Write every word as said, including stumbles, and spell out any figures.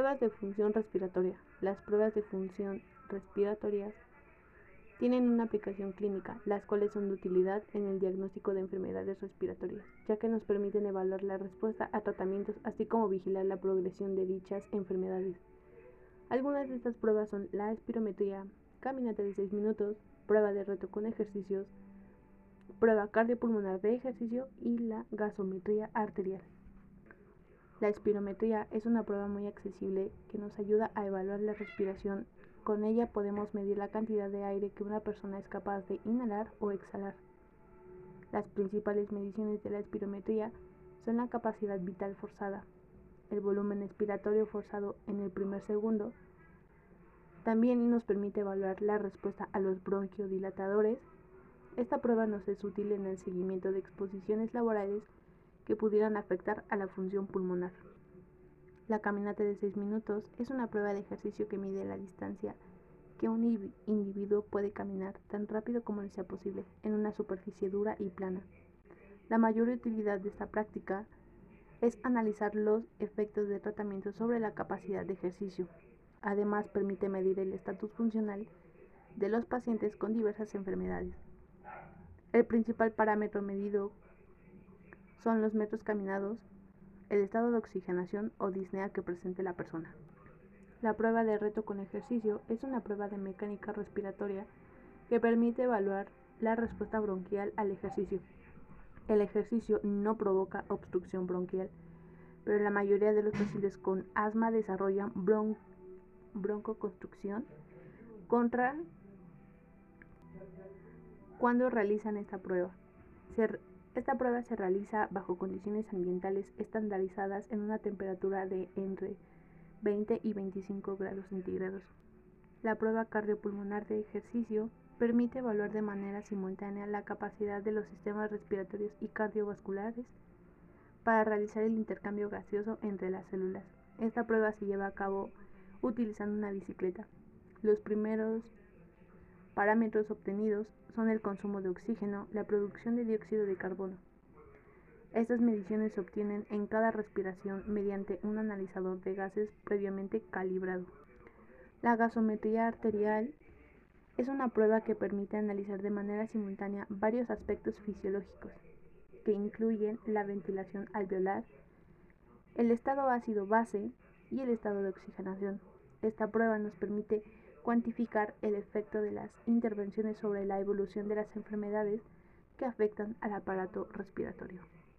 Pruebas de función respiratoria. Las pruebas de función respiratorias tienen una aplicación clínica, las cuales son de utilidad en el diagnóstico de enfermedades respiratorias, ya que nos permiten evaluar la respuesta a tratamientos, así como vigilar la progresión de dichas enfermedades. Algunas de estas pruebas son la espirometría, caminata de seis minutos, prueba de reto con ejercicios, prueba cardiopulmonar de ejercicio y la gasometría arterial. La espirometría es una prueba muy accesible que nos ayuda a evaluar la respiración. Con ella podemos medir la cantidad de aire que una persona es capaz de inhalar o exhalar. Las principales mediciones de la espirometría son la capacidad vital forzada, el volumen expiratorio forzado en el primer segundo. También nos permite evaluar la respuesta a los bronquiodilatadores. Esta prueba nos es útil en el seguimiento de exposiciones laborales que pudieran afectar a la función pulmonar. La caminata de seis minutos es una prueba de ejercicio que mide la distancia que un individuo puede caminar tan rápido como le sea posible en una superficie dura y plana. La mayor utilidad de esta práctica es analizar los efectos de tratamiento sobre la capacidad de ejercicio. Además, permite medir el estatus funcional de los pacientes con diversas enfermedades. El principal parámetro medido son los metros caminados, el estado de oxigenación o disnea que presente la persona. La prueba de reto con ejercicio es una prueba de mecánica respiratoria que permite evaluar la respuesta bronquial al ejercicio. El ejercicio no provoca obstrucción bronquial, pero la mayoría de los pacientes con asma desarrollan bron broncoconstricción contra cuando realizan esta prueba. Se Esta prueba se realiza bajo condiciones ambientales estandarizadas en una temperatura de entre veinte y veinticinco grados centígrados. La prueba cardiopulmonar de ejercicio permite evaluar de manera simultánea la capacidad de los sistemas respiratorios y cardiovasculares para realizar el intercambio gaseoso entre las células. Esta prueba se lleva a cabo utilizando una bicicleta. Los primeros parámetros obtenidos son el consumo de oxígeno, la producción de dióxido de carbono. Estas mediciones se obtienen en cada respiración mediante un analizador de gases previamente calibrado. La gasometría arterial es una prueba que permite analizar de manera simultánea varios aspectos fisiológicos, que incluyen la ventilación alveolar, el estado ácido-base y el estado de oxigenación. Esta prueba nos permite cuantificar el efecto de las intervenciones sobre la evolución de las enfermedades que afectan al aparato respiratorio.